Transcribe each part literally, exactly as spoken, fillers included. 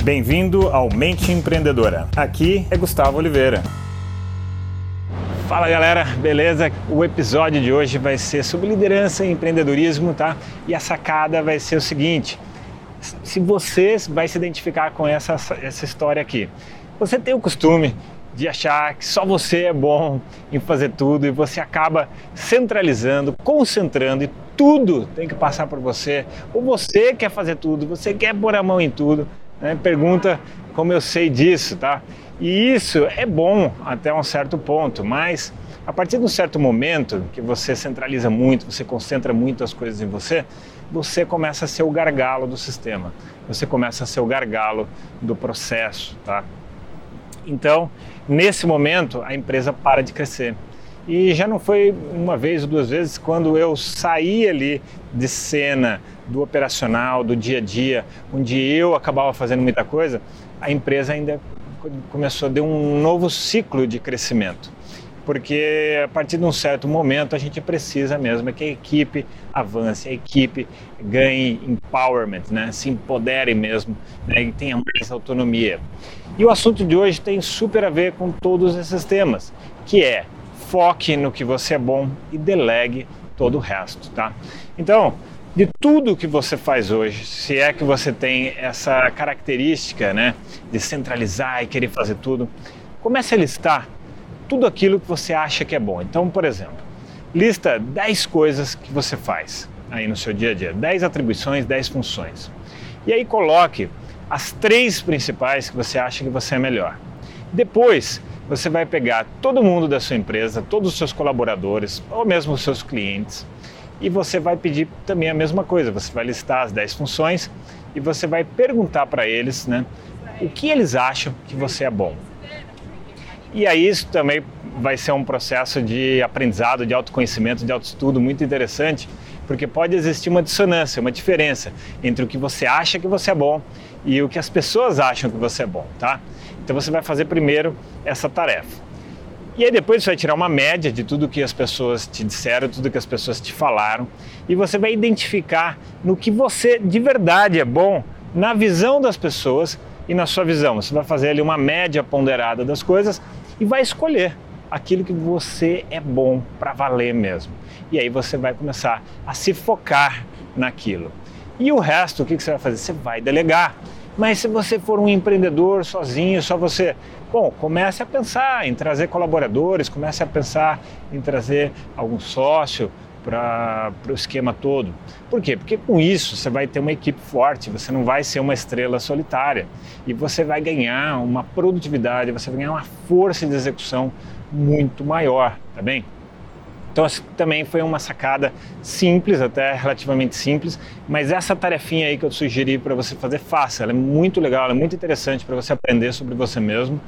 Bem-vindo ao Mente Empreendedora. Aqui é Gustavo Oliveira. Fala galera, beleza? O episódio de hoje vai ser sobre liderança e empreendedorismo, tá? E a sacada vai ser o seguinte: se você vai se identificar com essa, essa história aqui, você tem o costume de achar que só você é bom em fazer tudo e você acaba centralizando, concentrando e tudo tem que passar por você, ou você quer fazer tudo, você quer pôr a mão em tudo, né? Pergunta como eu sei disso, tá? E isso é bom até um certo ponto, mas a partir de um certo momento que você centraliza muito, você concentra muito as coisas em você, você começa a ser o gargalo do sistema, você começa a ser o gargalo do processo, tá? Então, nesse momento, a empresa para de crescer. E já não foi uma vez ou duas vezes quando eu saí ali de cena, do operacional, do dia a dia, onde eu acabava fazendo muita coisa, a empresa ainda começou a dar um novo ciclo de crescimento. Porque a partir de um certo momento a gente precisa mesmo que a equipe avance, a equipe ganhe empowerment, né? Se empodere mesmo, né? E tenha mais autonomia. E o assunto de hoje tem super a ver com todos esses temas, que é foque no que você é bom e delegue todo o resto, tá? Então, de tudo que você faz hoje, se é que você tem essa característica, né, de centralizar e querer fazer tudo, comece a listar tudo aquilo que você acha que é bom. Então, por exemplo, lista dez coisas que você faz aí no seu dia a dia, dez atribuições, dez funções. E aí coloque as três principais que você acha que você é melhor. Depois, você vai pegar todo mundo da sua empresa, todos os seus colaboradores, ou mesmo os seus clientes, e você vai pedir também a mesma coisa. Você vai listar as dez funções e você vai perguntar para eles, né, o que eles acham que você é bom. E aí isso também vai ser um processo de aprendizado, de autoconhecimento, de autoestudo muito interessante, porque pode existir uma dissonância, uma diferença entre o que você acha que você é bom e o que as pessoas acham que você é bom, tá? Então você vai fazer primeiro essa tarefa. E aí depois você vai tirar uma média de tudo que as pessoas te disseram, tudo que as pessoas te falaram, e você vai identificar no que você de verdade é bom na visão das pessoas e na sua visão. Você vai fazer ali uma média ponderada das coisas e vai escolher aquilo que você é bom para valer mesmo. E aí você vai começar a se focar naquilo. E o resto, o que você vai fazer? Você vai delegar. Mas se você for um empreendedor sozinho, só você, bom, comece a pensar em trazer colaboradores, comece a pensar em trazer algum sócio para o esquema todo. Por quê? Porque com isso você vai ter uma equipe forte, você não vai ser uma estrela solitária e você vai ganhar uma produtividade, você vai ganhar uma força de execução muito maior, tá bem? Então essa também foi uma sacada simples, até relativamente simples, mas essa tarefinha aí que eu sugeri para você fazer, faça. Ela é muito legal, ela é muito interessante para você aprender sobre você mesmo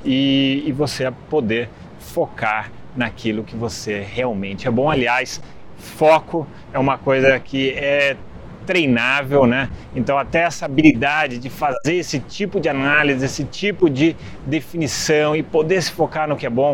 e, e você poder focar naquilo que você realmente é bom. Aliás, foco é uma coisa que é treinável, né? Então até essa habilidade de fazer esse tipo de análise, esse tipo de definição e poder se focar no que é bom,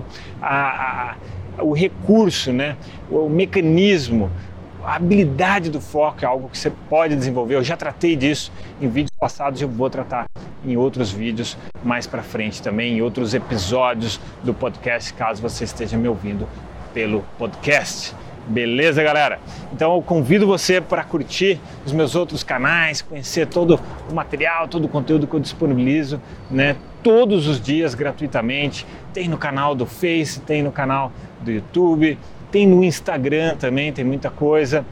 a, a o recurso, né? O mecanismo, a habilidade do foco é algo que você pode desenvolver. Eu já tratei disso em vídeos passados e eu vou tratar em outros vídeos mais para frente também, em outros episódios do podcast, caso você esteja me ouvindo pelo podcast. Beleza, galera? Então eu convido você para curtir os meus outros canais, conhecer todo o material, todo o conteúdo que eu disponibilizo, né, todos os dias gratuitamente. Tem no canal do Face, tem no canal do YouTube, tem no Instagram também, tem muita coisa,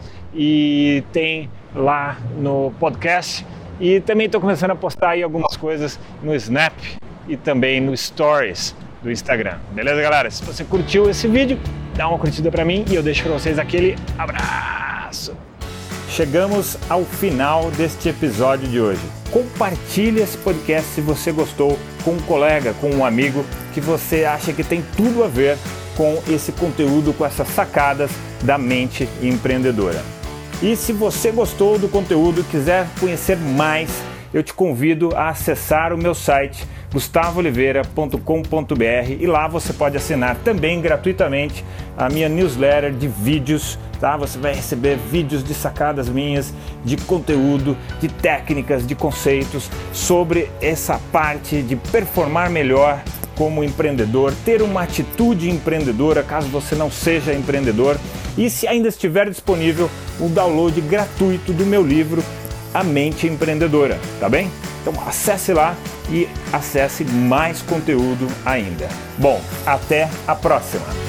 e tem lá no podcast. E também estou começando a postar aí algumas coisas no Snap e também no Stories do Instagram. Beleza, galera? Se você curtiu esse vídeo, dá uma curtida para mim e eu deixo para vocês aquele abraço. Chegamos ao final deste episódio de hoje. Compartilhe esse podcast se você gostou com um colega, com um amigo que você acha que tem tudo a ver com esse conteúdo, com essas sacadas da mente empreendedora. E se você gostou do conteúdo e quiser conhecer mais, eu te convido a acessar o meu site gustavo oliveira ponto com ponto b r, e lá você pode assinar também gratuitamente a minha newsletter de vídeos, tá? Você vai receber vídeos de sacadas minhas, de conteúdo, de técnicas, de conceitos sobre essa parte de performar melhor como empreendedor, ter uma atitude empreendedora caso você não seja empreendedor, e se ainda estiver disponível o download gratuito do meu livro A Mente Empreendedora, tá bem? Então acesse lá e acesse mais conteúdo ainda. Bom, até a próxima!